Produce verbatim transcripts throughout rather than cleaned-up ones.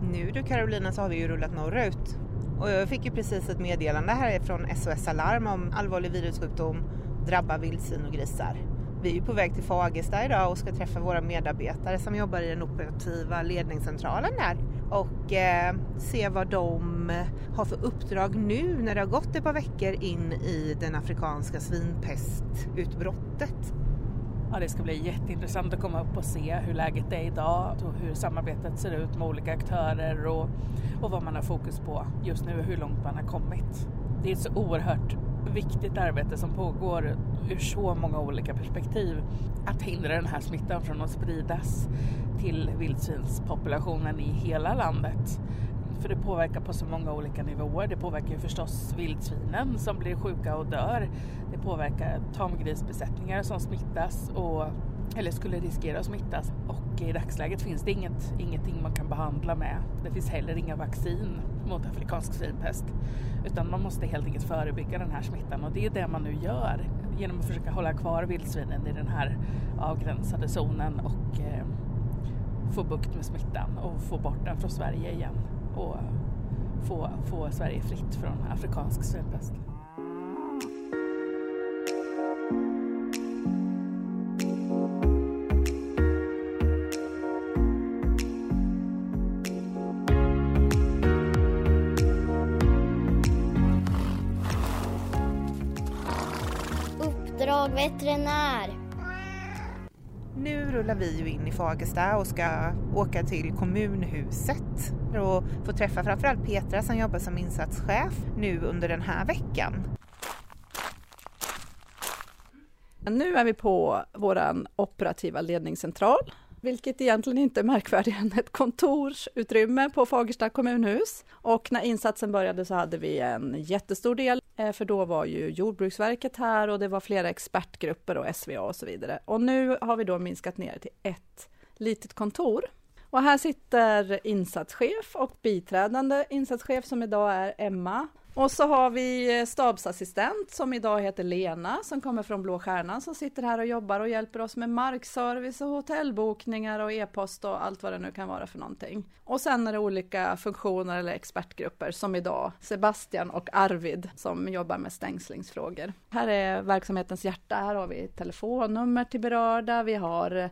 Nu du Carolina, så har vi ju rullat norrut. Och jag fick ju precis ett meddelande här från S O S Alarm om allvarlig virussjukdom drabbar vildsvin och grisar. Vi är ju på väg till Fagersta idag och ska träffa våra medarbetare som jobbar i den operativa ledningscentralen där. Och eh, se vad de har för uppdrag nu när det har gått ett par veckor in i den afrikanska svinpestutbrottet. Ja, det ska bli jätteintressant att komma upp och se hur läget är idag och hur samarbetet ser ut med olika aktörer och, och vad man har fokus på just nu och hur långt man har kommit. Det är ett så oerhört viktigt arbete som pågår ur så många olika perspektiv att hindra den här smittan från att spridas till vildsvinspopulationen i hela landet. För det påverkar på så många olika nivåer. Det påverkar ju förstås vildsvinen som blir sjuka och dör. Det påverkar tamgrisbesättningar som smittas och, eller skulle riskera att smittas. Och i dagsläget finns det inget, ingenting man kan behandla med. Det finns heller inga vaccin mot afrikansk svinpest. Utan man måste helt enkelt förebygga den här smittan. Och det är det man nu gör genom att försöka hålla kvar vildsvinen i den här avgränsade zonen och eh, få bukt med smittan och få bort den från Sverige igen. Och få, få Sverige fritt från afrikansk svinpest. Uppdrag veterinär. Nu rullar vi ju in i Fagersta och ska åka till kommunhuset och få träffa framförallt Petra som jobbar som insatschef nu under den här veckan. Nu är vi på våran operativa ledningscentral, vilket egentligen inte är märkvärdigare än ett kontorsutrymme på Fagersta kommunhus. Och när insatsen började så hade vi en jättestor del, för då var ju Jordbruksverket här och det var flera expertgrupper och S V A och så vidare. Och nu har vi då minskat ner till ett litet kontor. Och här sitter insatschef och biträdande insatschef som idag är Emma. Och så har vi stabsassistent som idag heter Lena som kommer från Blå Stjärnan som sitter här och jobbar och hjälper oss med markservice och hotellbokningar och e-post och allt vad det nu kan vara för någonting. Och sen är det olika funktioner eller expertgrupper som idag Sebastian och Arvid som jobbar med stängslingsfrågor. Här är verksamhetens hjärta, här har vi telefonnummer till berörda, vi har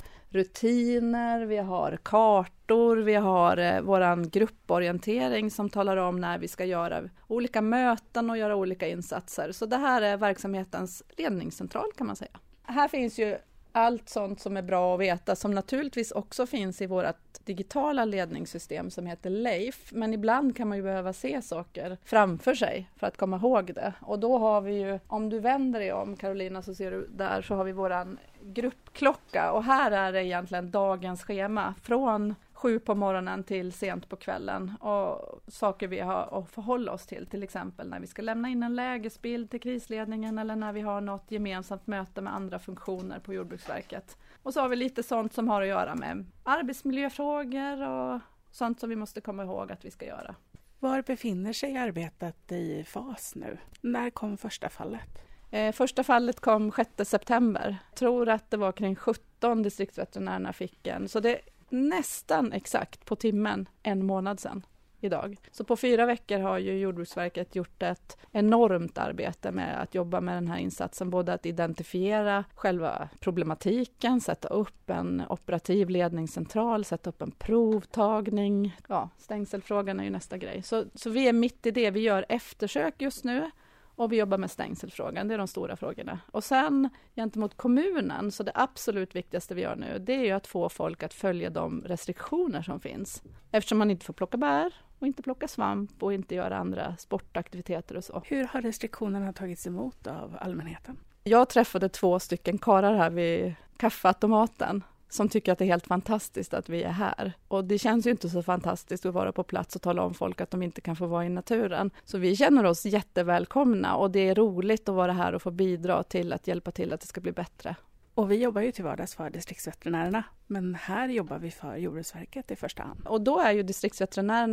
rutiner, vi har kartor, vi har eh, våran grupporientering som talar om när vi ska göra olika möten och göra olika insatser. Så det här är verksamhetens ledningscentral kan man säga. Här finns ju allt sånt som är bra att veta som naturligtvis också finns i vårt digitala ledningssystem som heter Leif. Men ibland kan man ju behöva se saker framför sig för att komma ihåg det. Och då har vi ju, om du vänder dig om Carolina så ser du där så har vi våran gruppklocka. Och här är det egentligen dagens schema från sju på morgonen till sent på kvällen och saker vi har att förhålla oss till, till exempel när vi ska lämna in en lägesbild till krisledningen eller när vi har något gemensamt möte med andra funktioner på Jordbruksverket. Och så har vi lite sånt som har att göra med arbetsmiljöfrågor och sånt som vi måste komma ihåg att vi ska göra. Var befinner sig arbetet i fas nu? När kom första fallet? Eh, första fallet kom sjätte september. Jag tror att det var kring sjutton distriktsveterinärerna fick en. Så det nästan exakt på timmen en månad sedan idag. Så på fyra veckor har ju Jordbruksverket gjort ett enormt arbete med att jobba med den här insatsen. Både att identifiera själva problematiken, sätta upp en operativ ledningscentral, sätta upp en provtagning. Ja, stängselfrågan är ju nästa grej. Så, så vi är mitt i det. Vi gör eftersök just nu. Och vi jobbar med stängselfrågan, det är de stora frågorna. Och sen gentemot kommunen, så det absolut viktigaste vi gör nu, det är ju att få folk att följa de restriktioner som finns. Eftersom man inte får plocka bär och inte plocka svamp och inte göra andra sportaktiviteter och så. Hur har restriktionerna tagits emot av allmänheten? Jag träffade två stycken karlar här vid kaffeautomaten som tycker att det är helt fantastiskt att vi är här. Och det känns ju inte så fantastiskt att vara på plats och tala om folk att de inte kan få vara i naturen. Så vi känner oss jättevälkomna och det är roligt att vara här och få bidra till att hjälpa till att det ska bli bättre. Och vi jobbar ju till vardags för distriktsveterinärerna, men här jobbar vi för Jordbruksverket i första hand. Och då är ju distriktsveterinärerna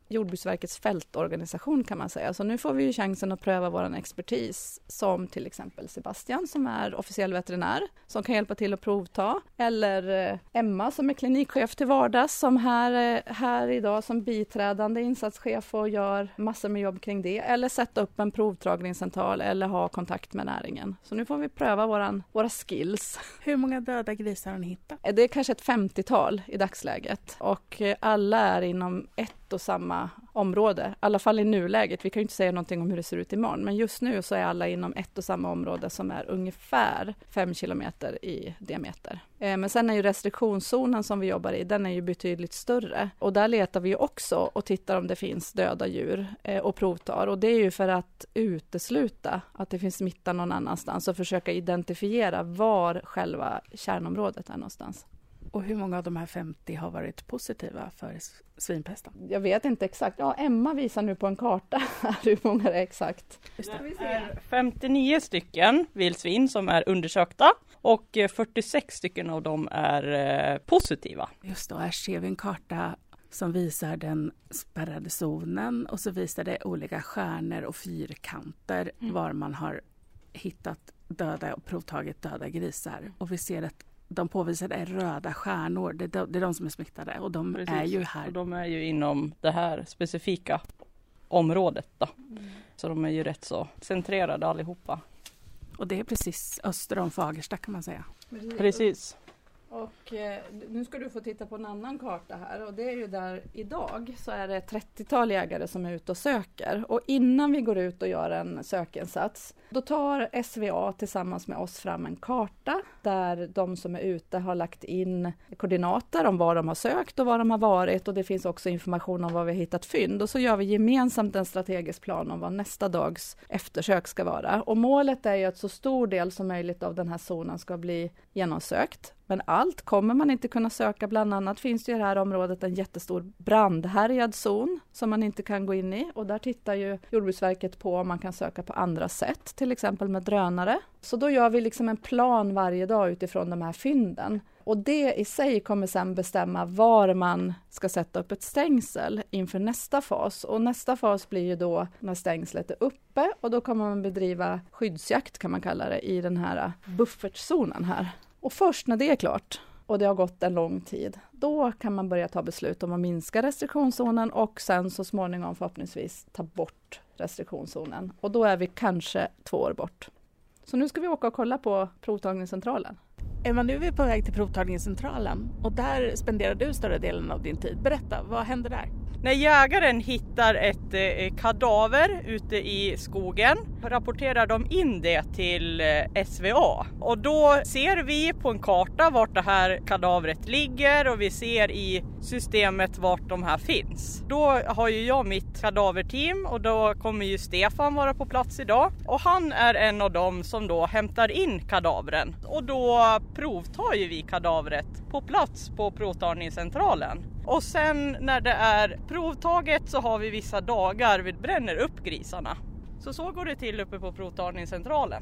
Jordbruksverkets fältorganisation kan man säga. Så nu får vi ju chansen att pröva vår expertis som till exempel Sebastian som är officiell veterinär som kan hjälpa till att provta. Eller Emma som är klinikchef till vardags som här, här idag som biträdande insatschef och gör massor med jobb kring det. Eller sätta upp en provtagningscentral eller ha kontakt med näringen. Så nu får vi pröva våran, våra skills. Hur många döda grisar har ni hittat? Det är kanske ett femtiotal i dagsläget och alla är inom ett och samma område. I alla fall i nuläget. Vi kan ju inte säga någonting om hur det ser ut imorgon. Men just nu så är alla inom ett och samma område som är ungefär fem kilometer i diameter. Men sen är ju restriktionszonen som vi jobbar i, den är ju betydligt större. Och där letar vi ju också och tittar om det finns döda djur och provtar. Och det är ju för att utesluta att det finns smitta någon annanstans och försöka identifiera var själva kärnområdet är någonstans. Och hur många av de här femtio har varit positiva för svinpesten? Jag vet inte exakt. Ja, Emma visar nu på en karta hur många det är exakt. Det är femtionio stycken vildsvin som är undersökta och fyrtiosex stycken av dem är positiva. Just då, här ser vi en karta som visar den spärrade zonen och så visar det olika stjärnor och fyrkanter mm. var man har hittat döda och provtagit döda grisar. Och vi ser att de påvisade är röda stjärnor. Det är de, det är de som är smittade och de Precis. är ju här. Och de är ju inom det här specifika området då. Mm. Så de är ju rätt så centrerade allihopa. Och det är precis öster om Fagersta kan man säga. Precis. Och eh, nu ska du få titta på en annan karta här och det är ju där idag så är det trettiotal jägare som är ute och söker och innan vi går ut och gör en sökinsats då tar S V A tillsammans med oss fram en karta där de som är ute har lagt in koordinater om var de har sökt och var de har varit och det finns också information om vad vi har hittat fynd och så gör vi gemensamt en strategisk plan om vad nästa dags eftersök ska vara och målet är ju att så stor del som möjligt av den här zonen ska bli genomsökt. Men allt kommer man inte kunna söka. Bland annat finns det i det här området en jättestor brandhärjad zon som man inte kan gå in i. Och där tittar ju Jordbruksverket på om man kan söka på andra sätt. Till exempel med drönare. Så då gör vi liksom en plan varje dag utifrån de här fynden. Och det i sig kommer sedan bestämma var man ska sätta upp ett stängsel inför nästa fas. Och nästa fas blir ju då när stängslet är uppe. Och då kommer man bedriva skyddsjakt kan man kalla det i den här buffertzonen här. Och först när det är klart och det har gått en lång tid, då kan man börja ta beslut om att minska restriktionszonen och sen så småningom förhoppningsvis ta bort restriktionszonen. Och då är vi kanske två år bort. Så nu ska vi åka och kolla på provtagningscentralen. Emma, nu är vi på väg till provtagningscentralen och där spenderar du större delen av din tid. Berätta, vad händer där? När jägaren hittar ett eh, kadaver ute i skogen rapporterar de in det till eh, S V A. Och då ser vi på en karta vart det här kadavret ligger och vi ser i systemet vart de här finns. Då har ju jag mitt kadaverteam och då kommer ju Stefan vara på plats idag. Och han är en av dem som då hämtar in kadavren. Och då provtar ju vi kadavret på plats på provtagningscentralen. Och sen när det är provtaget så har vi vissa dagar vi bränner upp grisarna. Så så går det till uppe på provtagningscentralen.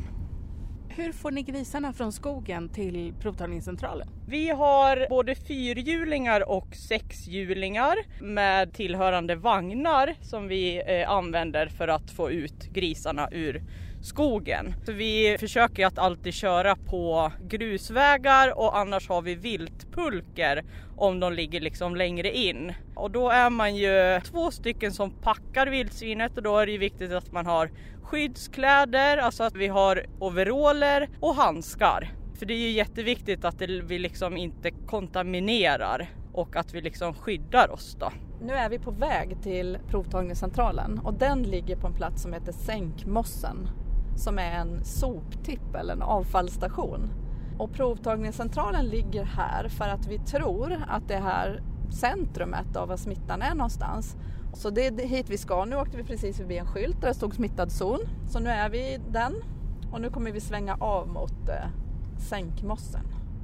Hur får ni grisarna från skogen till provtagningscentralen? Vi har både fyrhjulingar och sexhjulingar med tillhörande vagnar som vi eh, använder för att få ut grisarna ur skogen. Så vi försöker att alltid köra på grusvägar och annars har vi viltpulker om de ligger liksom längre in. Och då är man ju två stycken som packar vildsvinet och då är det viktigt att man har skyddskläder, alltså att vi har overaller och handskar. För det är ju jätteviktigt att det, vi liksom inte kontaminerar och att vi liksom skyddar oss då. Nu är vi på väg till provtagningscentralen och den ligger på en plats som heter Sänkmossen som är en soptipp eller en avfallsstation. Och provtagningscentralen ligger här för att vi tror att det här centrumet av var smittan är någonstans. Så det är hit vi ska. Nu åkte vi precis förbi en skylt där det stod smittad zon. Så nu är vi i den och nu kommer vi svänga av mot eh, Sänkmossen.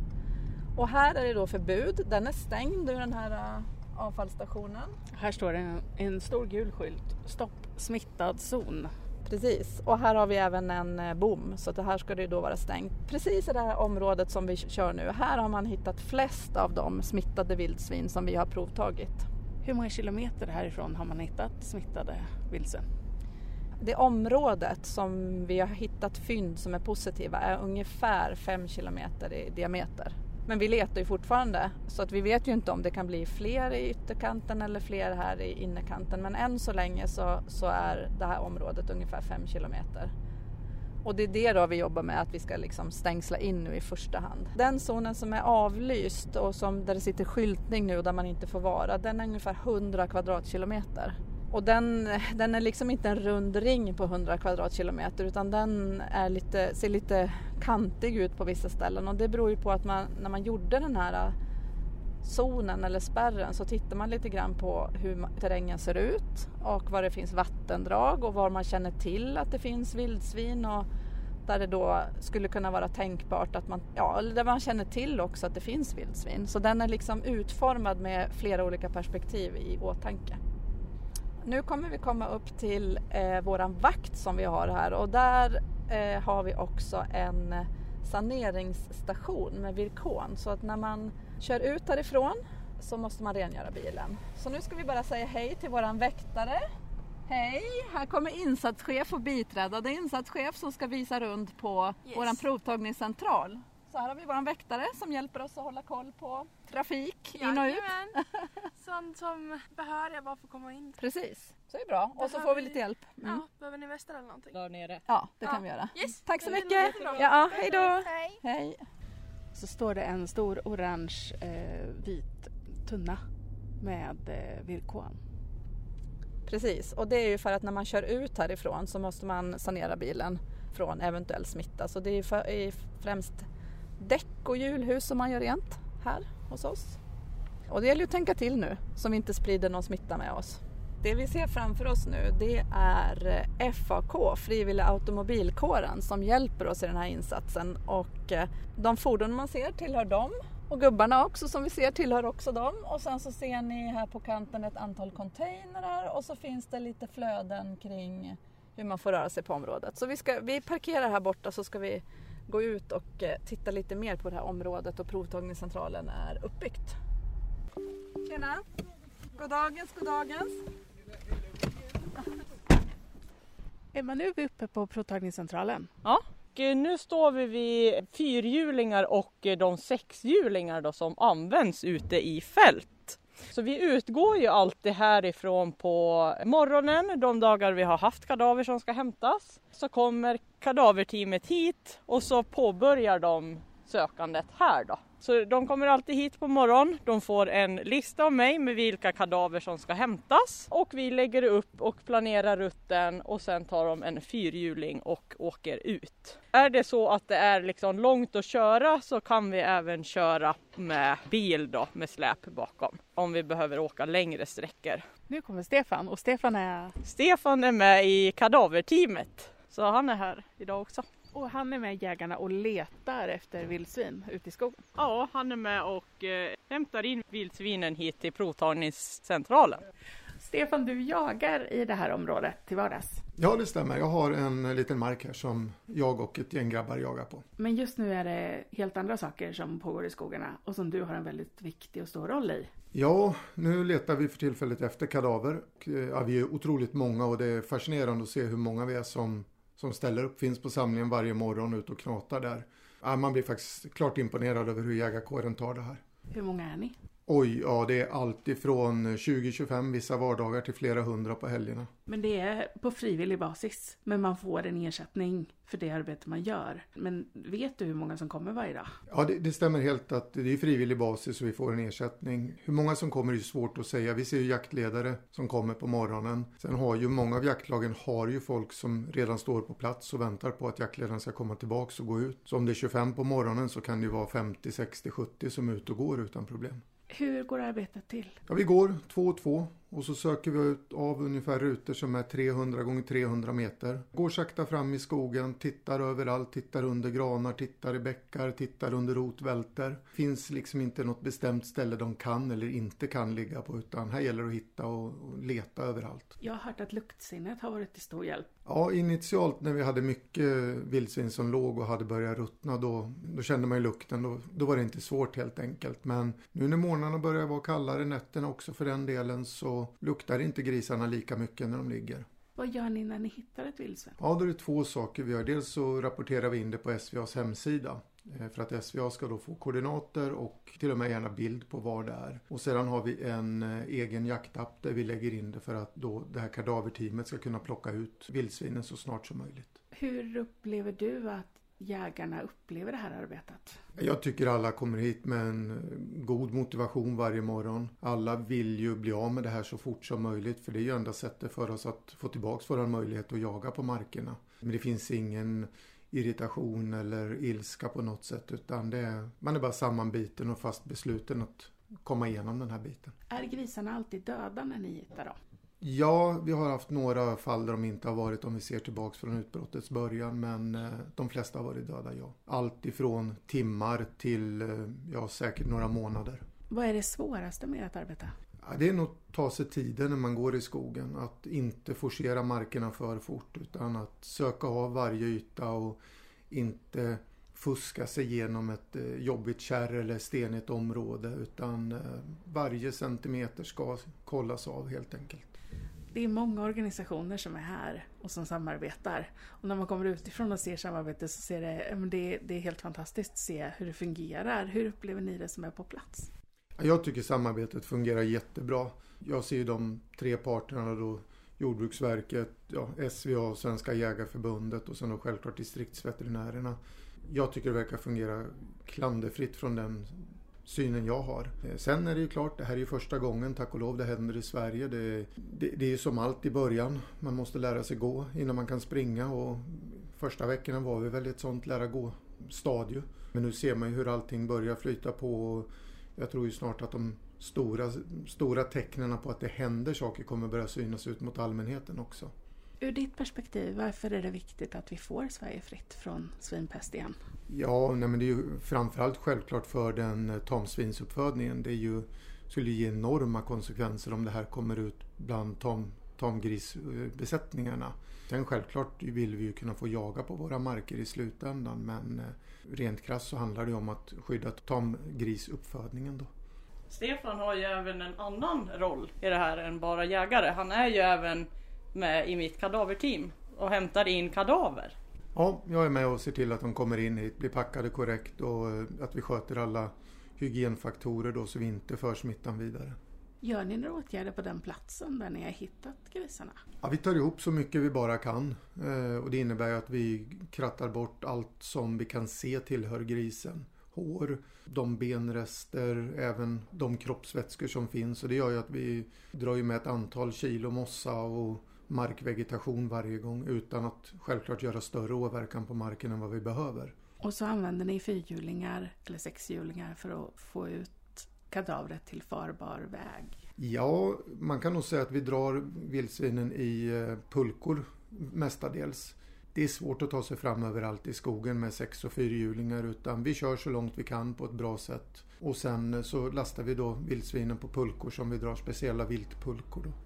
Och här är det då förbud. Den är stängd ur den här uh, avfallsstationen. Här står det en, en stor gul skylt. Stopp smittad zon. Precis. Och här har vi även en uh, bom. Så det här ska det då vara stängt. Precis i det här området som vi kör nu. Här har man hittat flest av de smittade vildsvin som vi har provtagit. Hur många kilometer härifrån har man hittat smittade vildsvin? Det området som vi har hittat fynd som är positiva är ungefär fem kilometer i diameter. Men vi letar ju fortfarande, så att vi vet ju inte om det kan bli fler i ytterkanten eller fler här i innerkanten. Men än så länge så, så är det här området ungefär fem kilometer. Och det är det då vi jobbar med, att vi ska liksom stängsla in nu i första hand. Den zonen som är avlyst och som, där det sitter skyltning nu där man inte får vara, den är ungefär hundra kvadratkilometer. Och den, den är liksom inte en rund ring på hundra kvadratkilometer, utan den är lite, ser lite kantig ut på vissa ställen. Och det beror ju på att man, när man gjorde den här zonen eller spärren, så tittar man lite grann på hur terrängen ser ut och var det finns vattendrag och var man känner till att det finns vildsvin, och där det då skulle kunna vara tänkbart att man, ja, där man känner till också att det finns vildsvin. Så den är liksom utformad med flera olika perspektiv i åtanke. Nu kommer vi komma upp till eh, våran vakt som vi har här, och där eh, har vi också en saneringsstation med Virkon, så att när man kör ut härifrån så måste man rengöra bilen. Så nu ska vi bara säga hej till våran väktare. Hej, här kommer insatschef och biträdande insatschef som ska visa runt på yes. våran provtagningscentral. Så här har vi våran väktare som hjälper oss att hålla koll på trafik in och ut. Sånt som behöriga bara får komma in. Precis, så är det bra. Och så får vi lite hjälp. Mm. Ja, behöver ni västar eller någonting? Där nere. Ja, det ja. kan vi göra. Yes. Tack så mycket. Ja, hej då. Hej. Hej. Så står det en stor orange eh, vit tunna med eh, Virkon. Precis, och det är ju för att när man kör ut härifrån så måste man sanera bilen från eventuell smitta. Så det är, för, är främst däck och hjulhus som man gör rent här hos oss. Och det gäller ju att tänka till nu så vi inte sprider någon smitta med oss. Det vi ser framför oss nu, det är F A K, Frivilliga automobilkåren, som hjälper oss i den här insatsen. Och de fordon man ser tillhör dem. Och gubbarna också som vi ser tillhör också dem. Och sen så ser ni här på kanten ett antal containrar. Och så finns det lite flöden kring hur man får röra sig på området. Så vi, ska, vi parkerar här borta, så ska vi gå ut och titta lite mer på det här området. Och provtagningscentralen är uppbyggt. Tjena! Goddagens, goddagens! Är man nu uppe på provtagningscentralen? Ja. Nu står vi vid fyrhjulingar och de sexhjulingar då som används ute i fält. Så vi utgår ju alltid härifrån på morgonen, de dagar vi har haft kadaver som ska hämtas. Så kommer kadaverteamet hit och så påbörjar de sökandet här då. Så de kommer alltid hit på morgon, de får en lista av mig med vilka kadaver som ska hämtas. Och vi lägger upp och planerar rutten och sen tar de en fyrhjuling och åker ut. Är det så att det är liksom långt att köra så kan vi även köra med bil då, med släp bakom. Om vi behöver åka längre sträckor. Nu kommer Stefan och Stefan är... Stefan är med i kadaverteamet, så han är här idag också. Och han är med jägarna och letar efter vildsvin ute i skogen. Ja, han är med och eh, hämtar in vildsvinen hit till provtagningscentralen. Stefan, du jagar i det här området till vardags. Ja, det stämmer. Jag har en liten mark här som jag och ett gäng grabbar jagar på. Men just nu är det helt andra saker som pågår i skogarna och som du har en väldigt viktig och stor roll i. Ja, nu letar vi för tillfället efter kadaver. Ja, vi är otroligt många och det är fascinerande att se hur många vi är som... som ställer upp, finns på samlingen varje morgon ut och knatar där. Ja, man blir faktiskt klart imponerad över hur jägarkåren tar det här. Hur många är ni? Oj, ja det är allt ifrån tjugo till tjugofem vissa vardagar till flera hundra på helgerna. Men det är på frivillig basis. Men man får en ersättning för det arbete man gör. Men vet du hur många som kommer varje dag? Ja, det, det stämmer helt att det är frivillig basis och vi får en ersättning. Hur många som kommer är ju svårt att säga. Vi ser ju jaktledare som kommer på morgonen. Sen har ju många av jaktlagen har ju folk som redan står på plats och väntar på att jaktledaren ska komma tillbaka och gå ut. Så om det är tjugofem på morgonen så kan det ju vara femtio, sextio, sjuttio som är ute och går utan problem. Hur går arbetet till? Ja, vi går två och två och så söker vi ut av ungefär rutor som är trehundra gånger trehundra meter. Går sakta fram i skogen, tittar överallt, tittar under granar, tittar i bäckar, tittar under rotvälter. Finns liksom inte något bestämt ställe de kan eller inte kan ligga på, utan här gäller det att hitta och, och leta överallt. Jag har hört att luktsinnet har varit till stor hjälp. Ja, initialt när vi hade mycket vildsvin som låg och hade börjat ruttna, då, då kände man ju lukten. Då, då var det inte svårt helt enkelt. Men nu när morgnarna börjar vara kallare, nätterna också för den delen, så luktar inte grisarna lika mycket när de ligger. Vad gör ni när ni hittar ett vildsvin? Ja, då är det två saker vi gör. Dels så rapporterar vi in det på S V A:s hemsida. För att S V A ska då få koordinater och till och med gärna bild på var det är. Och sedan har vi en egen jaktapp där vi lägger in det för att då det här kadaverteamet ska kunna plocka ut vildsvinen så snart som möjligt. Hur upplever du att jägarna upplever det här arbetet? Jag tycker alla kommer hit med en god motivation varje morgon. Alla vill ju bli av med det här så fort som möjligt, för det är ju enda sättet för oss att få tillbaka vår möjlighet att jaga på markerna. Men det finns ingen irritation eller ilska på något sätt, utan det är, man är bara sammanbiten och fast besluten att komma igenom den här biten. Är grisarna alltid döda när ni hittar dem? Ja, vi har haft några fall där de inte har varit, om vi ser tillbaka från utbrottets början, men eh, de flesta har varit döda, ja. Allt ifrån timmar till eh, ja, säkert några månader. Vad är det svåraste med att arbeta? Ja, det är nog att ta sig tiden när man går i skogen. Att inte forcera markerna för fort, utan att söka av varje yta och inte fuska sig igenom ett eh, jobbigt kärr eller stenigt område, utan eh, varje centimeter ska kollas av helt enkelt. Det är många organisationer som är här och som samarbetar. Och när man kommer utifrån och ser samarbetet så ser det, det, det är helt fantastiskt att se hur det fungerar. Hur upplever ni det som är på plats? Jag tycker samarbetet fungerar jättebra. Jag ser ju de tre parterna då, Jordbruksverket, ja, S V A, Svenska jägarförbundet och sen då självklart distriktsveterinärerna. Jag tycker det verkar fungera klanderfritt från den synen jag har. Sen är det ju klart, det här är ju första gången, tack och lov, det händer i Sverige. Det, det, det är ju som allt i början. Man måste lära sig gå innan man kan springa, och första veckorna var vi väl ett sånt lära gå stadie. Men nu ser man ju hur allting börjar flyta på, och jag tror ju snart att de stora, stora tecknen på att det händer saker kommer börja synas ut mot allmänheten också. Ur ditt perspektiv, varför är det viktigt att vi får Sverige fritt från svinpest igen? Ja, nej men det är ju framförallt självklart för den tamsvinsuppfödningen. Det är ju, skulle ge enorma konsekvenser om det här kommer ut bland tam, tamgrisbesättningarna. Sen självklart vill vi ju kunna få jaga på våra marker i slutändan, men rent krasst så handlar det om att skydda tamgrisuppfödningen då. Stefan har ju även en annan roll i det här än bara jägare. Han är ju även med i mitt kadaverteam och hämtar in kadaver. Ja, jag är med och ser till att de kommer in hit, blir packade korrekt och att vi sköter alla hygienfaktorer då så vi inte för smittan vidare. Gör ni några åtgärder på den platsen där ni har hittat grisarna? Ja, vi tar ihop så mycket vi bara kan, och det innebär att vi krattar bort allt som vi kan se tillhör grisen. Hår, de benrester, även de kroppsvätskor som finns, och det gör ju att vi drar ju med ett antal kilo mossa och markvegetation varje gång utan att självklart göra större åverkan på marken än vad vi behöver. Och så använder ni fyrhjulingar eller sexhjulingar för att få ut kadavret till farbar väg? Ja, man kan nog säga att vi drar vildsvinen i pulkor mestadels. Det är svårt att ta sig fram överallt i skogen med sex- och fyrhjulingar, utan vi kör så långt vi kan på ett bra sätt. Och sen så lastar vi då vildsvinen på pulkor som vi drar speciella viltpulkor då.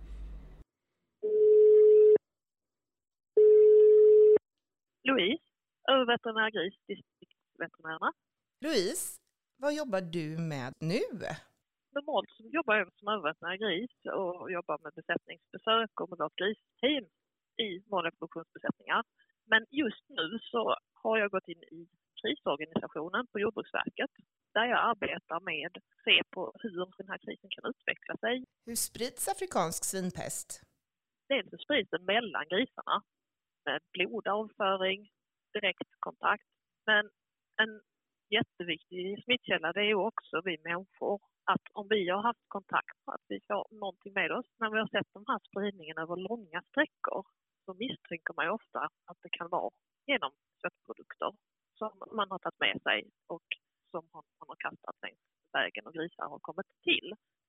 Louise, överveterinär gris, distriktsveterinärerna. Louise, vad jobbar du med nu? Normalt så jobbar jag som överveterinär gris och jobbar med besättningsbesök och med vårt gristeam i målproduktionsbesättningar. Men just nu så har jag gått in i krisorganisationen på Jordbruksverket där jag arbetar med att se på hur den här krisen kan utveckla sig. Hur sprids afrikansk svinpest? Dels så sprids den mellan grisarna med blodavföring, direktkontakt. Men en jätteviktig smittkälla det är ju också vi människor. Att om vi har haft kontakt, att vi får någonting med oss. När vi har sett den här spridningen över långa sträckor så misstänker man ju ofta att det kan vara genom köttprodukter som man har tagit med sig och som man har kastat längs vägen och grisar har kommit till.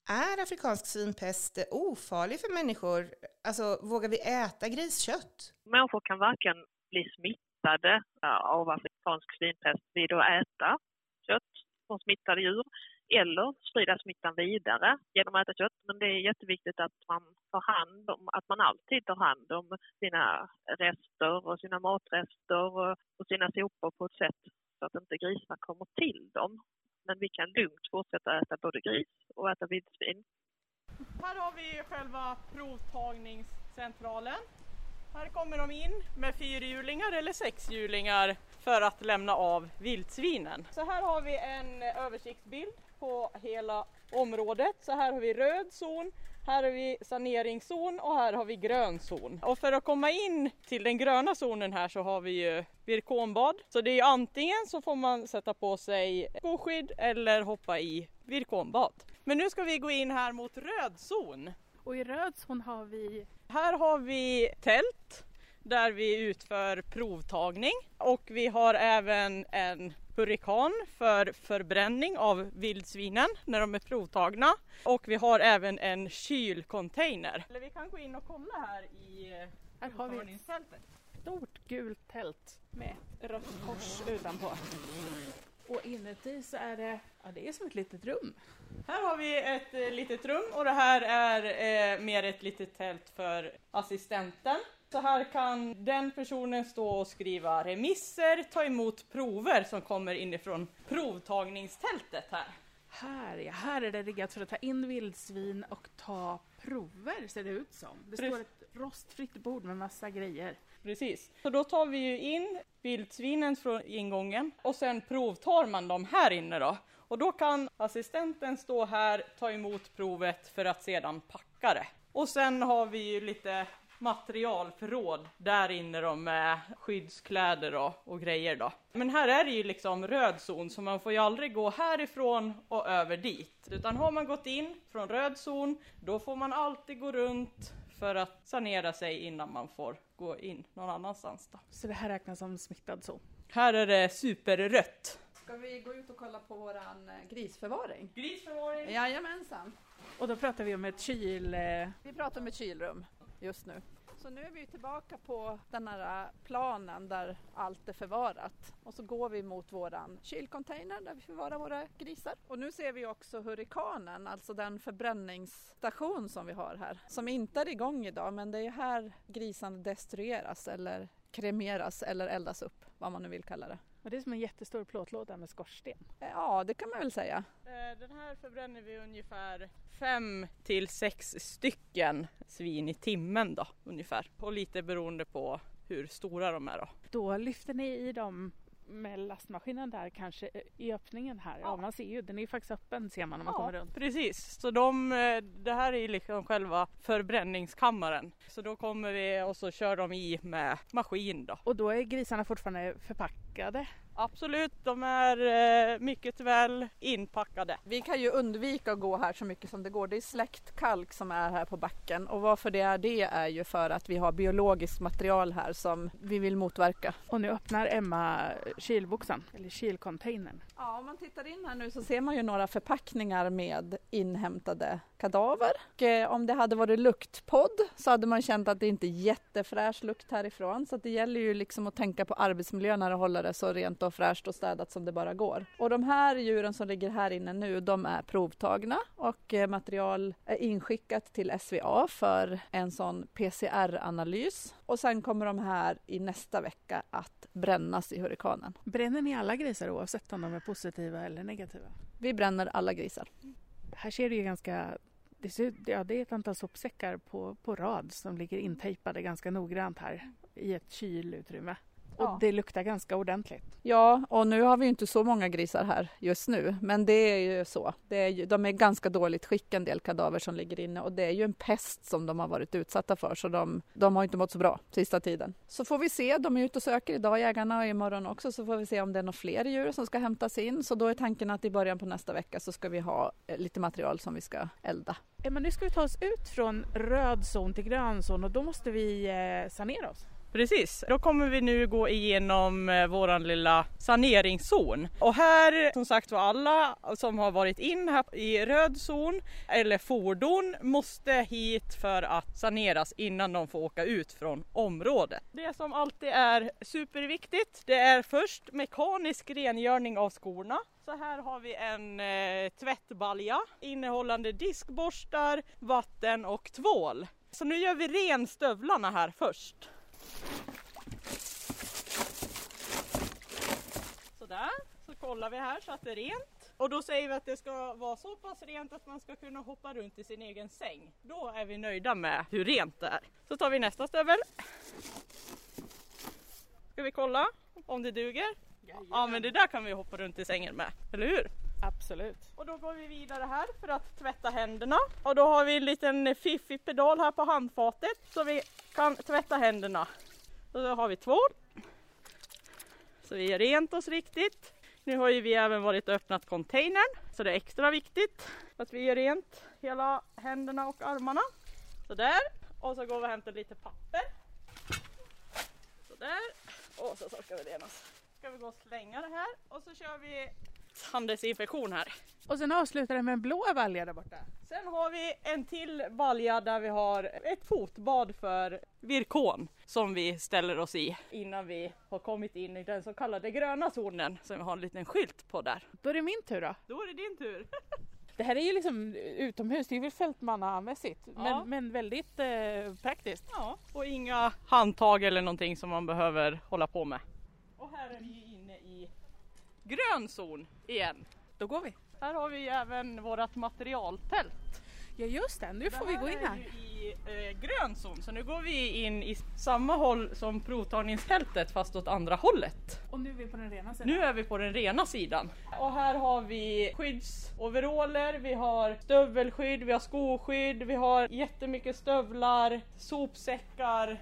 Är afrikansk svinpest ofarlig för människor? Alltså, vågar vi äta griskött? Människor kan varken bli smittade av afrikansk svinpest vid att äta kött från smittade djur eller sprida smittan vidare genom att äta kött. Men det är jätteviktigt att man tar hand om, att man alltid tar hand om sina rester och sina matrester och sina sopor på ett sätt så att inte grisarna kommer till dem. Men vi kan lugnt fortsätta äta både gris och äta vildsvin. Här har vi själva provtagningscentralen. Här kommer de in med fyrhjulingar eller sexhjulingar för att lämna av vildsvinen. Så här har vi en översiktsbild på hela området. Så här har vi röd zon, här har vi saneringszon och här har vi grön zon. Och för att komma in till den gröna zonen här så har vi ju virkonbad. Så det är antingen så får man sätta på sig skoskydd eller hoppa i virkonbad. Men nu ska vi gå in här mot röd zon. Och i röd zon har vi... Här har vi tält där vi utför provtagning. Och vi har även en hurrikan för förbränning av vildsvinen när de är provtagna. Och vi har även en kylcontainer. Eller vi kan gå in och kolla här i här har vi ett stort gult tält med rött kors utanpå. Och inuti så är det, ja, det är som ett litet rum. Här har vi ett eh, litet rum och det här är eh, mer ett litet tält för assistenten. Så här kan den personen stå och skriva remisser, ta emot prover som kommer inifrån provtagningstältet här. Här, ja, här är det riggat för att ta in vildsvin och ta prover ser det ut som. Det Precis. står ett rostfritt bord med massa grejer. Precis. Så då tar vi ju in vildsvinen från ingången och sen provtar man dem här inne då. Och då kan assistenten stå här, ta emot provet för att sedan packa det. Och sen har vi ju lite materialförråd där inne då med skyddskläder och, och grejer då. Men här är det ju liksom röd zon så man får ju aldrig gå härifrån och över dit. Utan har man gått in från röd zon då får man alltid gå runt för att sanera sig innan man får gå in någon annanstans då. Så det här räknas som smittad zon? Här är det superrött. Ska vi gå ut och kolla på våran grisförvaring? Grisförvaring. Jajamensan. Och då pratar vi om ett kyl... Vi pratar om ett kylrum just nu. Så nu är vi tillbaka på den här planen där allt är förvarat. Och så går vi mot våran kylcontainer där vi förvarar våra grisar. Och nu ser vi också hurrikanen, alltså den förbränningsstation som vi har här. Som inte är igång idag, men det är här grisarna destrueras eller kremeras eller eldas upp, vad man nu vill kalla det. Och det är som en jättestor plåtlåda med skorsten. Ja, det kan man väl säga. Den här förbränner vi ungefär fem till sex stycken svin i timmen då, ungefär. Och lite beroende på hur stora de är då. Då lyfter ni i dem med lastmaskinen där kanske i öppningen här. Ja, man ser ju, den är ju faktiskt öppen ser man om man ja, kommer runt. Precis, så de, det här är ju liksom själva förbränningskammaren. Så då kommer vi och så kör de i med maskin då. Och då är grisarna fortfarande förpackade? Absolut, de är mycket väl inpackade. Vi kan ju undvika att gå här så mycket som det går. Det är släktkalk som är här på backen. Och varför det är det är ju för att vi har biologiskt material här som vi vill motverka. Och nu öppnar Emma kylboxen, eller kylcontainern. Ja, om man tittar in här nu så ser man ju några förpackningar med inhämtade kadaver. Och eh, om det hade varit luktpodd så hade man känt att det inte är jättefräsch lukt härifrån. Så att det gäller ju liksom att tänka på arbetsmiljön när det håller det så rent och fräscht och städat som det bara går. Och de här djuren som ligger här inne nu, de är provtagna och eh, material är inskickat till S V A för en sån P C R-analys. Och sen kommer de här i nästa vecka att brännas i hurrikanen. Bränner ni alla grisar oavsett om de är positiva eller negativa? Vi bränner alla grisar. Här ser det ju ganska... Det, ser, ja, det är ett antal sopsäckar på, på rad som ligger intejpade ganska noggrant här i ett kylutrymme. Och Ja. det luktar ganska ordentligt. Ja, och nu har vi ju inte så många grisar här just nu. Men det är ju så. Det är ju, de är ganska dåligt skick, en del kadaver som ligger inne. Och det är ju en pest som de har varit utsatta för. Så de, de har inte mått så bra sista tiden. Så får vi se. De är ute och söker idag, jägarna, och imorgon också. Så får vi se om det är några fler djur som ska hämtas in. Så då är tanken att i början på nästa vecka så ska vi ha lite material som vi ska elda. Men nu ska vi ta oss ut från röd zon till grön zon och då måste vi eh, sanera oss. Precis, då kommer vi nu gå igenom eh, våran lilla saneringszon. Och här, som sagt var, alla som har varit in här i röd zon eller fordon måste hit för att saneras innan de får åka ut från området. Det som alltid är superviktigt, det är först mekanisk rengöring av skorna. Så här har vi en eh, tvättbalja innehållande diskborstar, vatten och tvål. Så nu gör vi ren stövlarna här först. Sådär, så kollar vi här så att det är rent. Och då säger vi att det ska vara så pass rent att man ska kunna hoppa runt i sin egen säng. Då är vi nöjda med hur rent det är. Så tar vi nästa stövel. Ska vi kolla om det duger? Ja, men det där kan vi hoppa runt i sängen med, eller hur? Absolut. Och då går vi vidare här för att tvätta händerna. Och då har vi en liten fiffig pedal här på handfatet så vi kan tvätta händerna. Och då har vi tvål. Så vi är rent oss riktigt. Nu har ju vi även varit och öppnat containern. Så det är extra viktigt att vi gör rent hela händerna och armarna. Så där. Och så går vi och hämtar lite papper. Så där. Och så ska vi rena oss. Ska vi gå och slänga det här. Och så kör vi handdesinfektion här. Och sen avslutar det med en blå balja där borta. Sen har vi en till balja där vi har ett fotbad för virkon som vi ställer oss i innan vi har kommit in i den så kallade gröna zonen som vi har en liten skylt på där. Då är det min tur då. Då är det din tur. Det här är ju liksom utomhus, det är väl fältmannamässigt, Ja. men, men väldigt eh, praktiskt. Ja, och inga handtag eller någonting som man behöver hålla på med. Och här är vi inne i grön zon igen. Då går vi. Här har vi även vårt materialtält. Ja just det, nu får vi gå in här. Det här är ju i eh, grön zon, så nu går vi in i samma håll som provtagningstältet fast åt andra hållet. Och nu är vi på den rena sidan. Nu är vi på den rena sidan. Och här har vi skyddsoveraller, vi har stövelskydd, vi har skoskydd, vi har jättemycket stövlar, sopsäckar,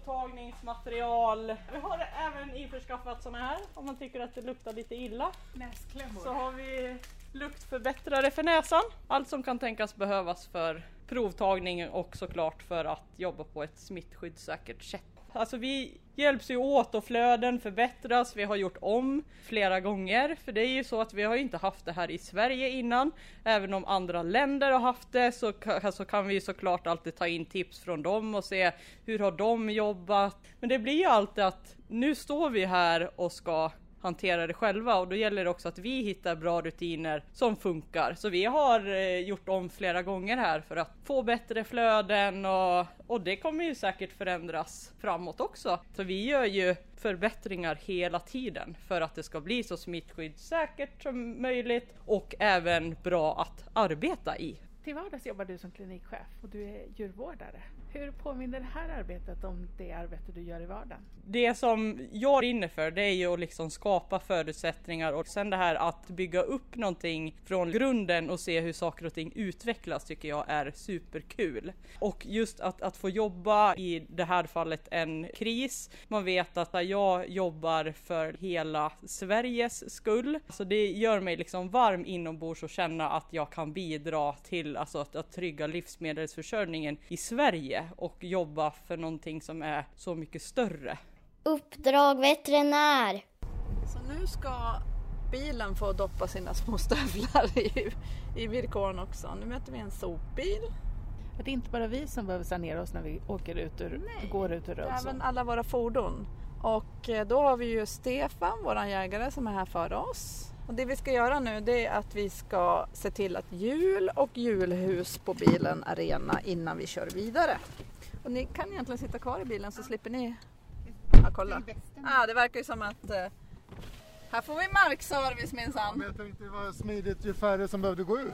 provtagningsmaterial. Vi har även införskaffat såna här om man tycker att det luktar lite illa. Näsklämmor. Så har vi luktförbättrare för näsan. Allt som kan tänkas behövas för provtagning och såklart för att jobba på ett smittskyddssäkert sätt. Alltså vi hjälps ju åt och flöden förbättras. Vi har gjort om flera gånger. För det är ju så att vi har ju inte haft det här i Sverige innan. Även om andra länder har haft det så, så kan vi såklart alltid ta in tips från dem och se hur har de jobbat. Men det blir ju alltid att nu står vi här och ska hantera det själva och då gäller det också att vi hittar bra rutiner som funkar. Så vi har eh, gjort om flera gånger här för att få bättre flöden och, och det kommer ju säkert förändras framåt också. Så vi gör ju förbättringar hela tiden för att det ska bli så smittskyddssäkert som möjligt och även bra att arbeta i. Till vardags jobbar du som klinikchef och du är djurvårdare. Hur påminner det här arbetet om det arbete du gör i vardagen? Det som jag brinner för det är ju att liksom skapa förutsättningar och sen det här att bygga upp någonting från grunden och se hur saker och ting utvecklas tycker jag är superkul. Och just att, att få jobba i det här fallet en kris. Man vet att jag jobbar för hela Sveriges skull. Så det gör mig liksom varm inombords och känna att jag kan bidra till alltså, att, att trygga livsmedelsförsörjningen i Sverige och jobba för någonting som är så mycket större. Uppdrag veterinär. Så nu ska bilen få doppa sina små stövlar i, i virkon också. Nu möter vi en sopbil. Det är inte bara vi som behöver sanera oss när vi åker ut ur, går ut ur rödzon. Även alla våra fordon. Och då har vi ju Stefan, våran jägare, som är här för oss. Och det vi ska göra nu det är att vi ska se till att hjul och hjulhus på bilen är rena innan vi kör vidare. Och ni kan egentligen sitta kvar i bilen så slipper ni... Ja, kolla. Ah, det verkar ju som att... Uh, här får vi markservice minsann. Jag tänkte det var smidigt ju färre som behövde gå ut.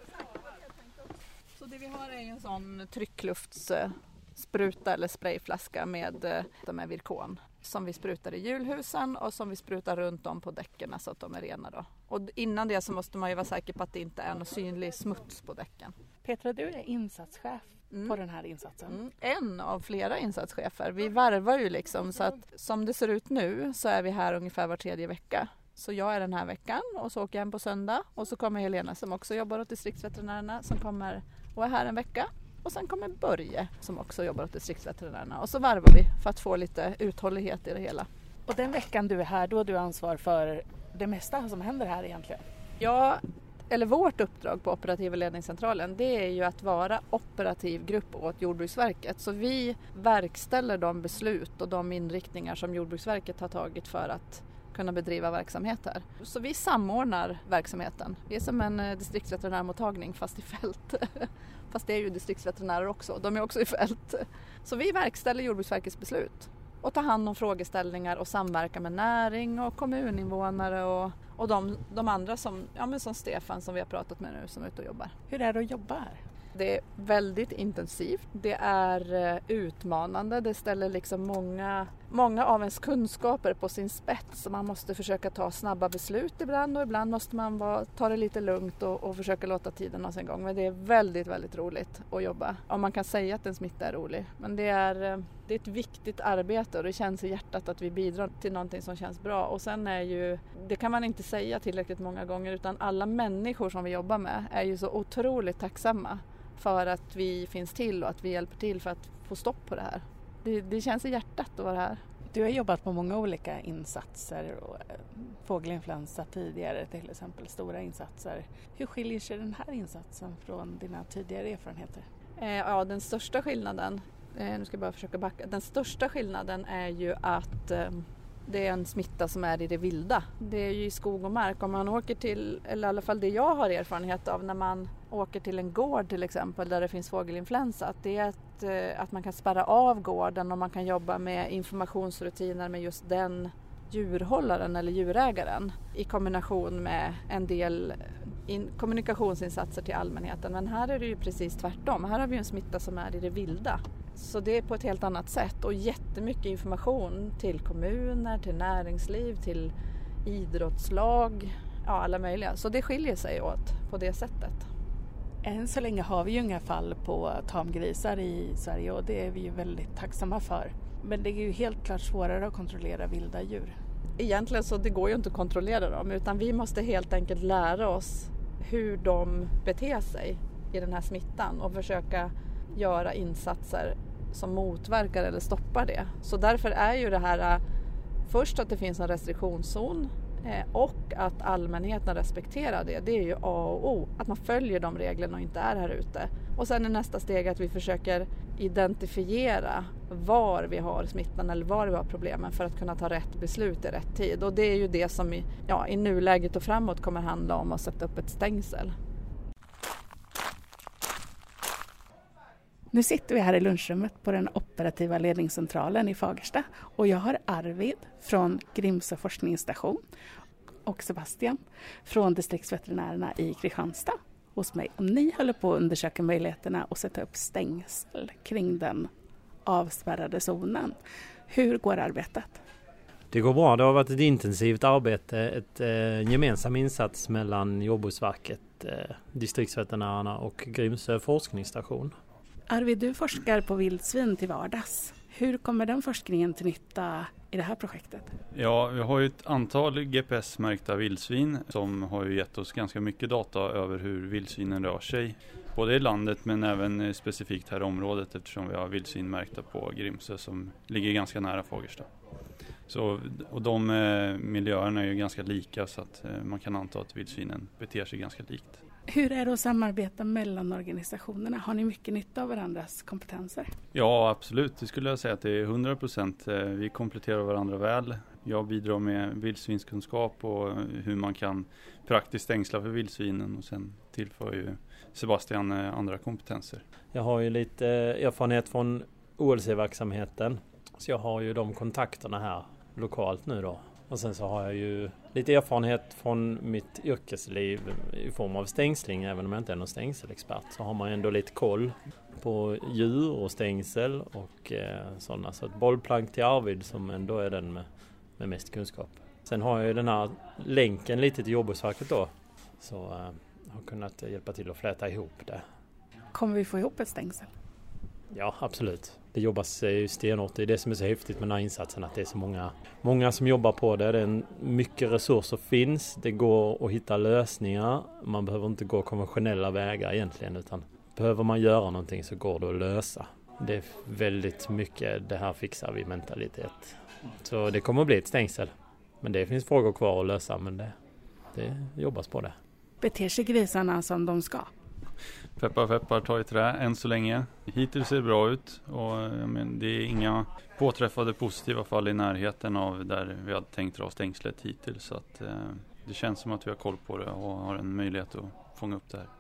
Så det vi har är en sån tryckluftsspruta eller sprayflaska med, med virkon. Som vi sprutar i hjulhusen och som vi sprutar runt om på däcken så att de är rena då. Och innan det så måste man ju vara säker på att det inte är någon synlig smuts på däcken. Petra, du är insatschef mm. på den här insatsen. Mm. En av flera insatschefer. Vi varvar ju liksom så att som det ser ut nu så är vi här ungefär var tredje vecka. Så jag är den här veckan och så åker jag hem på söndag och så kommer Helena som också jobbar åt distriktsveterinärerna som kommer och är här en vecka. Och sen kommer Börje som också jobbar åt distriktsveterinärerna. Och så varvar vi för att få lite uthållighet i det hela. Och den veckan du är här, då har du ansvar för det mesta som händer här egentligen? Ja, eller vårt uppdrag på operativa ledningscentralen, det är ju att vara operativ grupp åt Jordbruksverket. Så vi verkställer de beslut och de inriktningar som Jordbruksverket har tagit för att kunna bedriva verksamhet här. Så vi samordnar verksamheten. Vi är som en distriktsveterinärmottagning fast i fält. Fast det är ju distriktsveterinärer också, de är också i fält. Så vi verkställer Jordbruksverkets beslut och tar hand om frågeställningar och samverkar med näring och kommuninvånare och, och de, de andra som, ja, men som Stefan som vi har pratat med nu som är ute och jobbar. Hur är det att jobba här? Det är väldigt intensivt, det är utmanande, det ställer liksom många, många av ens kunskaper på sin spets. Man måste försöka ta snabba beslut ibland och ibland måste man vara, ta det lite lugnt och, och försöka låta tiden ha sin gång. Men det är väldigt, väldigt roligt att jobba. Om man kan säga att en smitta är rolig. Men det är, det är ett viktigt arbete och det känns i hjärtat att vi bidrar till någonting som känns bra. Och sen är ju, det kan man inte säga tillräckligt många gånger, utan alla människor som vi jobbar med är ju så otroligt tacksamma för att vi finns till och att vi hjälper till för att få stopp på det här. Det, det känns i hjärtat att vara här. Du har jobbat på många olika insatser och fågelinfluensa tidigare till exempel, stora insatser. Hur skiljer sig den här insatsen från dina tidigare erfarenheter? Eh, ja, den största skillnaden, eh, nu ska jag bara försöka backa, den största skillnaden är ju att eh, det är en smitta som är i det vilda. Det är ju i skog och mark. Om man åker till, eller i alla fall det jag har erfarenhet av när man åker till en gård till exempel där det finns fågelinfluensa, att det är att, att man kan spärra av gården och man kan jobba med informationsrutiner med just den djurhållaren eller djurägaren i kombination med en del in, kommunikationsinsatser till allmänheten. Men här är det ju precis tvärtom. Här har vi en smitta som är i det vilda. Så det är på ett helt annat sätt och jättemycket information till kommuner, till näringsliv, till idrottslag, ja alla möjliga. Så det skiljer sig åt på det sättet. Än så länge har vi ju inga fall på tamgrisar i Sverige och det är vi ju väldigt tacksamma för. Men det är ju helt klart svårare att kontrollera vilda djur. Egentligen så det går ju inte att kontrollera dem utan vi måste helt enkelt lära oss hur de beter sig i den här smittan och försöka göra insatser som motverkar eller stoppar det. Så därför är ju det här först att det finns en restriktionszon och att allmänheten respekterar det. Det är ju A och O. Att man följer de reglerna och inte är här ute. Och sen är nästa steg att vi försöker identifiera var vi har smittan eller var vi har problemen för att kunna ta rätt beslut i rätt tid. Och det är ju det som i, ja, i nuläget och framåt kommer handla om att sätta upp ett stängsel. Nu sitter vi här i lunchrummet på den operativa ledningscentralen i Fagersta och jag har Arvid från Grimsö forskningsstation och Sebastian från distriktsveterinärerna i Kristianstad hos mig. Och ni håller på att undersöka möjligheterna att sätta upp stängsel kring den avspärrade zonen. Hur går arbetet? Det går bra. Det har varit ett intensivt arbete, ett eh, gemensam insats mellan Jordbruksverket, eh, distriktsveterinärerna och Grimsö forskningsstation. Arvid, du forskar på vildsvin till vardags. Hur kommer den forskningen till nytta i det här projektet? Ja, vi har ju ett antal G P S-märkta vildsvin som har ju gett oss ganska mycket data över hur vildsvinen rör sig. Både i landet men även specifikt här i området eftersom vi har vildsvin märkta på Grimsö som ligger ganska nära Fagersta. Så, och de eh, miljöerna är ju ganska lika så att eh, man kan anta att vildsvinen beter sig ganska likt. Hur är det att samarbeta mellan organisationerna? Har ni mycket nytta av varandras kompetenser? Ja, absolut. Det skulle jag säga att det är hundra procent. Vi kompletterar varandra väl. Jag bidrar med vildsvinskunskap och hur man kan praktiskt stängsla för vildsvinen och sen tillför ju Sebastian andra kompetenser. Jag har ju lite erfarenhet från O L C-verksamheten så jag har ju de kontakterna här lokalt nu då. Och sen så har jag ju lite erfarenhet från mitt yrkesliv i form av stängsling. Även om jag inte är någon stängselexpert så har man ändå lite koll på djur och stängsel och eh, sådana. Så ett bollplank till Arvid som ändå är den med, med mest kunskap. Sen har jag ju den här länken lite till Jordbruksverket då. Så eh, har kunnat hjälpa till att fläta ihop det. Kommer vi få ihop ett stängsel? Ja, absolut. Det jobbas ju stenhårt. Det är det som är så häftigt med den här insatsen. Att det är så många, många som jobbar på det. Det är en, mycket resurser finns. Det går att hitta lösningar. Man behöver inte gå konventionella vägar egentligen. Utan behöver man göra någonting så går det att lösa. Det är väldigt mycket det här fixar vi mentalitet. Så det kommer att bli ett stängsel. Men det finns frågor kvar att lösa, men det, det jobbas på det. Beter sig grisarna som de ska? Peppar peppar tar i trä än så länge. Hittills ser det bra ut och men, det är inga påträffade positiva fall i närheten av där vi hade tänkt dra stängslet hittills. Så att, eh, det känns som att vi har koll på det och har en möjlighet att fånga upp det här.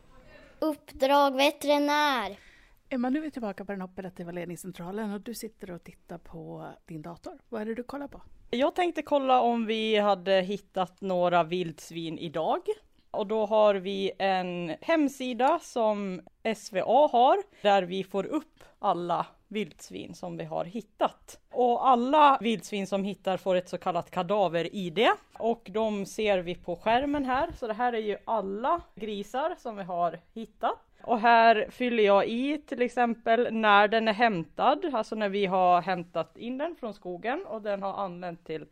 Uppdrag veterinär. Emma, nu är vi tillbaka på den operativa ledningscentralen och du sitter och tittar på din dator. Vad är det du kollar på? Jag tänkte kolla om vi hade hittat några vildsvin idag. Och då har vi en hemsida som S V A har där vi får upp alla vildsvin som vi har hittat. Och alla vildsvin som hittar får ett så kallat kadaver-I D. Och de ser vi på skärmen här. Så det här är ju alla grisar som vi har hittat. Och här fyller jag i till exempel när den är hämtad, alltså när vi har hämtat in den från skogen och den har anlänt till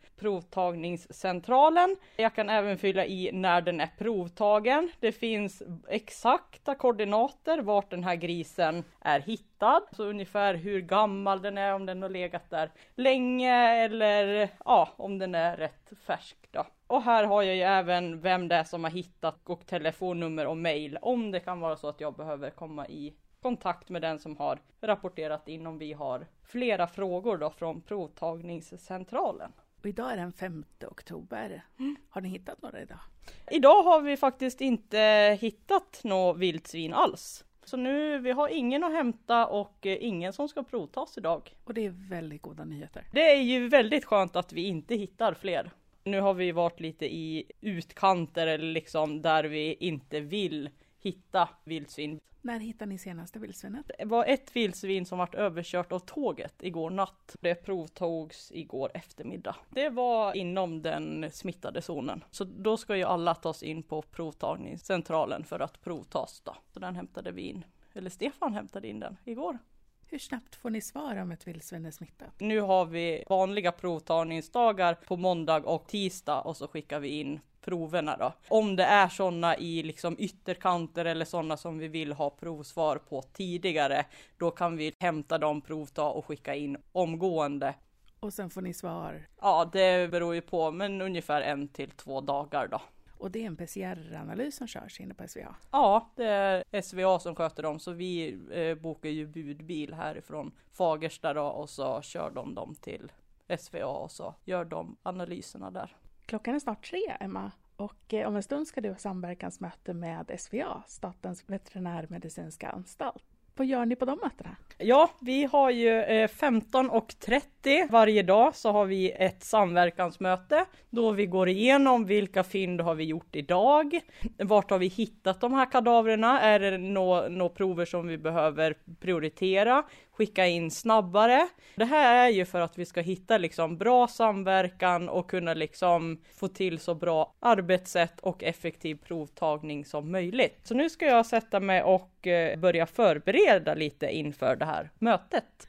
provtagningscentralen. Jag kan även fylla i när den är provtagen. Det finns exakta koordinater vart den här grisen är hittad. Så ungefär hur gammal den är, om den har legat där länge eller ja, om den är rätt färsk då. Och här har jag ju även vem det är som har hittat och telefonnummer och mejl om det kan vara så att jag behöver komma i kontakt med den som har rapporterat in om vi har flera frågor då från provtagningscentralen. Och idag är den femte oktober. Mm. Har ni hittat några idag? Idag har vi faktiskt inte hittat något vildsvin alls. Så nu, vi har ingen att hämta och ingen som ska provtas idag. Och det är väldigt goda nyheter. Det är ju väldigt skönt att vi inte hittar fler. Nu har vi varit lite i utkanter eller liksom där vi inte vill hitta vildsvin. När hittade ni senaste vildsvinet? Det var ett vildsvin som varit överkört av tåget igår natt. Det provtogs igår eftermiddag. Det var inom den smittade zonen. Så då ska ju alla tas in på provtagningscentralen för att provtas då. Så den hämtade vi in. Eller Stefan hämtade in den igår. Hur snabbt får ni svar om ett vildsvin är smittat? Nu har vi vanliga provtagningsdagar på måndag och tisdag och så skickar vi in proverna då. Om det är sådana i liksom ytterkanter eller sådana som vi vill ha provsvar på tidigare, då kan vi hämta dem, provta och skicka in omgående. Och sen får ni svar? Ja, det beror ju på, men ungefär en till två dagar då. Och det är en P C R-analys som körs inne på S V A? Ja, det är S V A som sköter dem. Så vi eh, bokar ju budbil härifrån Fagersta då, och så kör de dem till S V A och så gör de analyserna där. Klockan är snart tre, Emma. Och eh, om en stund ska du ha samverkansmöte med S V A, Statens veterinärmedicinska anstalt. Vad gör ni på de mötena? Ja, vi har ju femton och trettio varje dag så har vi ett samverkansmöte då vi går igenom vilka fynd har vi gjort idag. Vart har vi hittat de här kadaverna? Är det några nå prover som vi behöver prioritera? Skicka in snabbare. Det här är ju för att vi ska hitta liksom bra samverkan och kunna liksom få till så bra arbetssätt och effektiv provtagning som möjligt. Så nu ska jag sätta mig och börja förbereda lite inför det här mötet.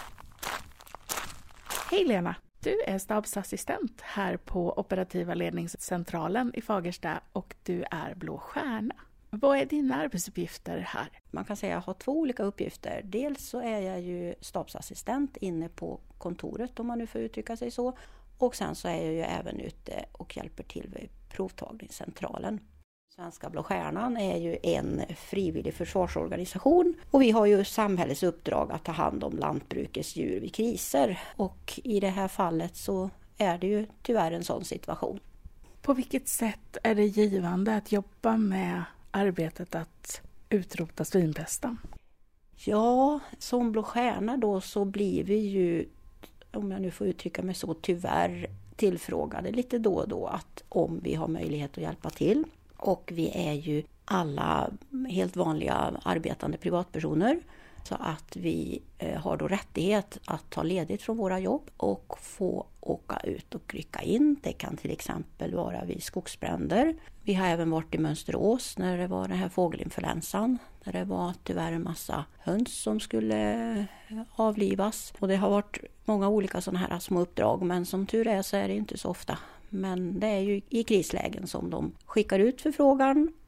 Hej Lena! Du är stabsassistent här på operativa ledningscentralen i Fagersta och du är Blå Stjärna. Vad är dina arbetsuppgifter här? Man kan säga att jag har två olika uppgifter. Dels så är jag ju stabsassistent inne på kontoret, om man nu får uttrycka sig så. Och sen så är jag ju även ute och hjälper till vid provtagningscentralen. Svenska Blå Stjärnan är ju en frivillig försvarsorganisation och vi har ju samhällets uppdrag att ta hand om lantbrukets djur vid kriser. Och i det här fallet så är det ju tyvärr en sån situation. På vilket sätt är det givande att jobba med arbetet att utrota svinpesten? Ja, som Blå Stjärna då så blir vi ju, om jag nu får uttrycka mig så, tyvärr tillfrågade lite då och då att om vi har möjlighet att hjälpa till. Och vi är ju alla helt vanliga arbetande privatpersoner. Så att vi har då rättighet att ta ledigt från våra jobb och få åka ut och rycka in. Det kan till exempel vara vid skogsbränder. Vi har även varit i Mönsterås när det var den här fågelinfluensan. Där det var tyvärr en massa höns som skulle avlivas. Och det har varit många olika sådana här små uppdrag, men som tur är så är det inte så ofta. Men det är ju i krislägen som de skickar ut förfrågan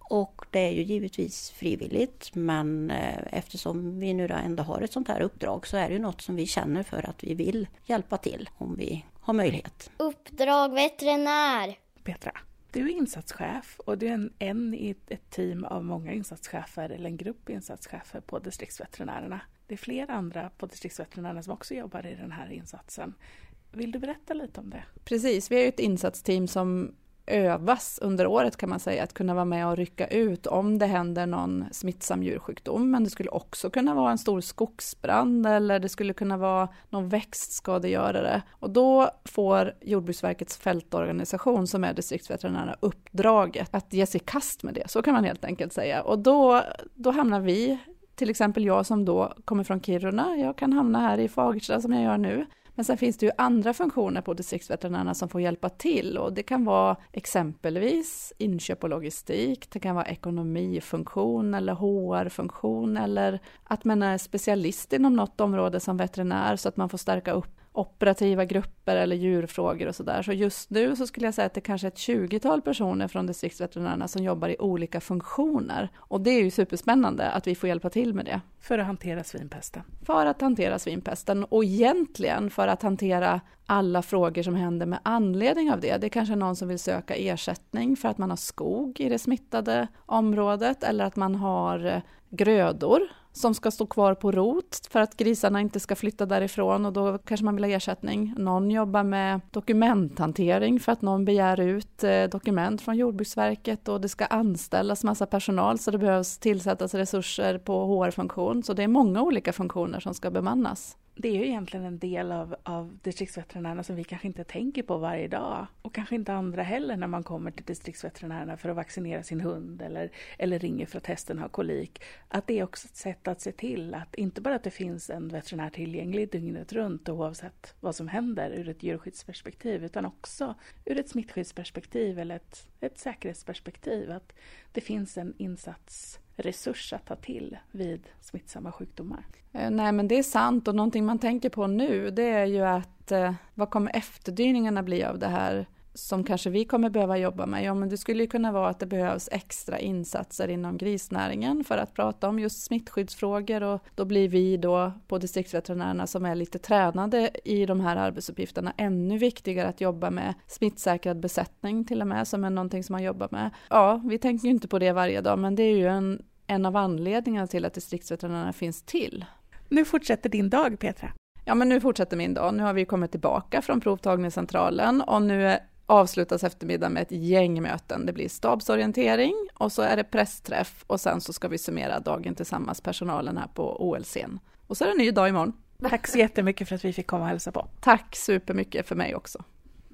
Och det är ju givetvis frivilligt, men eftersom vi nu ändå har ett sånt här uppdrag så är det ju något som vi känner för att vi vill hjälpa till om vi har möjlighet. Uppdrag veterinär. Petra, du är insatschef och du är en, en i ett team av många insatschefer eller en grupp insatschefer på distriktsveterinärerna. Det är flera andra på distriktsveterinärerna som också jobbar i den här insatsen. Vill du berätta lite om det? Precis, vi är ju ett insatsteam som övas under året kan man säga att kunna vara med och rycka ut om det händer någon smittsam djursjukdom. Men det skulle också kunna vara en stor skogsbrand eller det skulle kunna vara någon växtskadegörare. Och då får Jordbruksverkets fältorganisation som är distriktsveterinärerna uppdraget att ge sig i kast med det. Så kan man helt enkelt säga. Och då, då hamnar vi, till exempel jag som då kommer från Kiruna, jag kan hamna här i Fagersta som jag gör nu. Men sen finns det ju andra funktioner på distriktsveterinärerna som får hjälpa till och det kan vara exempelvis inköp och logistik, det kan vara ekonomifunktion eller H R-funktion eller att man är specialist inom något område som veterinär så att man får stärka upp operativa grupper eller djurfrågor och sådär. Så just nu så skulle jag säga att det kanske är ett tjugotal personer från distriktsveterinärerna som jobbar i olika funktioner. Och det är ju superspännande att vi får hjälpa till med det. För att hantera svinpesten? För att hantera svinpesten och egentligen för att hantera alla frågor som händer med anledning av det. Det är kanske någon som vill söka ersättning för att man har skog i det smittade området eller att man har grödor som ska stå kvar på rot för att grisarna inte ska flytta därifrån och då kanske man vill ha ersättning. Någon jobbar med dokumenthantering för att någon begär ut eh, dokument från Jordbruksverket och det ska anställas massa personal så det behövs tillsättas resurser på H R-funktion. Så det är många olika funktioner som ska bemannas. Det är ju egentligen en del av, av distriktsveterinärerna som vi kanske inte tänker på varje dag. Och kanske inte andra heller när man kommer till distriktsveterinärerna för att vaccinera sin hund eller, eller ringer för att hästen har kolik. Att det är också ett sätt att se till att inte bara att det finns en veterinär tillgänglig dygnet runt oavsett vad som händer ur ett djurskyddsperspektiv utan också ur ett smittskyddsperspektiv eller ett, ett säkerhetsperspektiv. Att det finns en insats resurs att ta till vid smittsamma sjukdomar. Nej men det är sant och någonting man tänker på nu det är ju att eh, vad kommer efterdyningarna bli av det här som kanske vi kommer behöva jobba med? Ja men det skulle ju kunna vara att det behövs extra insatser inom grisnäringen för att prata om just smittskyddsfrågor och då blir vi då på distriktsveterinärerna som är lite tränade i de här arbetsuppgifterna ännu viktigare att jobba med smittsäkrad besättning till och med som är någonting som man jobbar med. Ja, vi tänker ju inte på det varje dag men det är ju en, en av anledningarna till att distriktsveterinärerna finns till. Nu fortsätter din dag Petra. Ja men nu fortsätter min dag. Nu har vi kommit tillbaka från provtagningscentralen och nu är avslutas eftermiddag med ett gäng möten. Det blir stabsorientering och så är det pressträff och sen så ska vi summera dagen tillsammans personalen här på O L C:n. Och så är det en ny dag imorgon. Tack så jättemycket för att vi fick komma och hälsa på. Tack supermycket för mig också.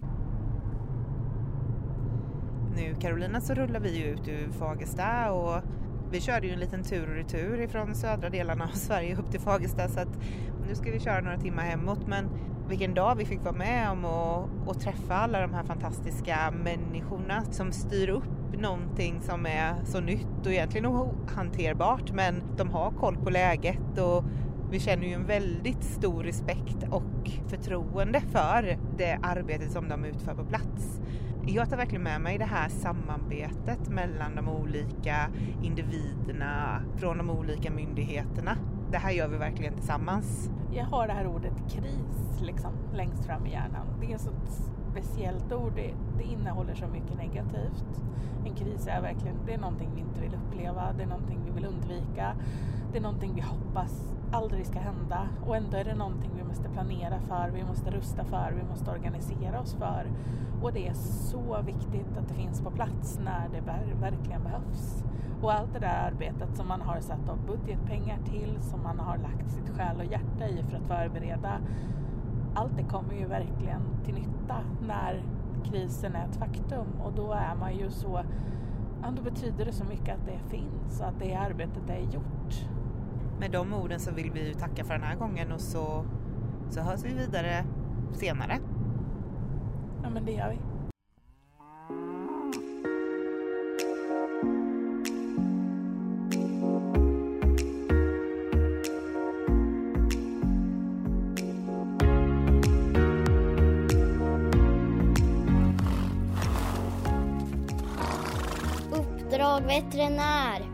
Nu Carolina så rullar vi ut ur Fagersta och vi körde ju en liten tur och retur ifrån södra delarna av Sverige upp till Fagersta så att nu ska vi köra några timmar hemåt men vilken dag vi fick vara med om och, och träffa alla de här fantastiska människorna som styr upp någonting som är så nytt och egentligen ohanterbart men de har koll på läget och vi känner ju en väldigt stor respekt och förtroende för det arbetet som de utför på plats. Jag tar verkligen med mig det här samarbetet mellan de olika individerna från de olika myndigheterna. Det här gör vi verkligen tillsammans. Jag har det här ordet kris liksom längst fram i hjärnan. Det är så ett speciellt ord. Det, det innehåller så mycket negativt. En kris är verkligen, det är någonting vi inte vill uppleva. Det är någonting vi vill undvika. Det är någonting vi hoppas aldrig ska hända. Och ändå är det någonting vi måste planera för. Vi måste rusta för. Vi måste organisera oss för. Och det är så viktigt att det finns på plats när det verkligen behövs. Och allt det där arbetet som man har satt av budgetpengar till, som man har lagt sitt själ och hjärta i för att förbereda, allt det kommer ju verkligen till nytta när krisen är ett faktum. Och då är man ju så, ja, då betyder det så mycket att det finns och att det arbetet är gjort. Med de orden så vill vi ju tacka för den här gången och så, så hörs vi vidare senare. Ja men det gör vi. Uppdrag dragveterinär.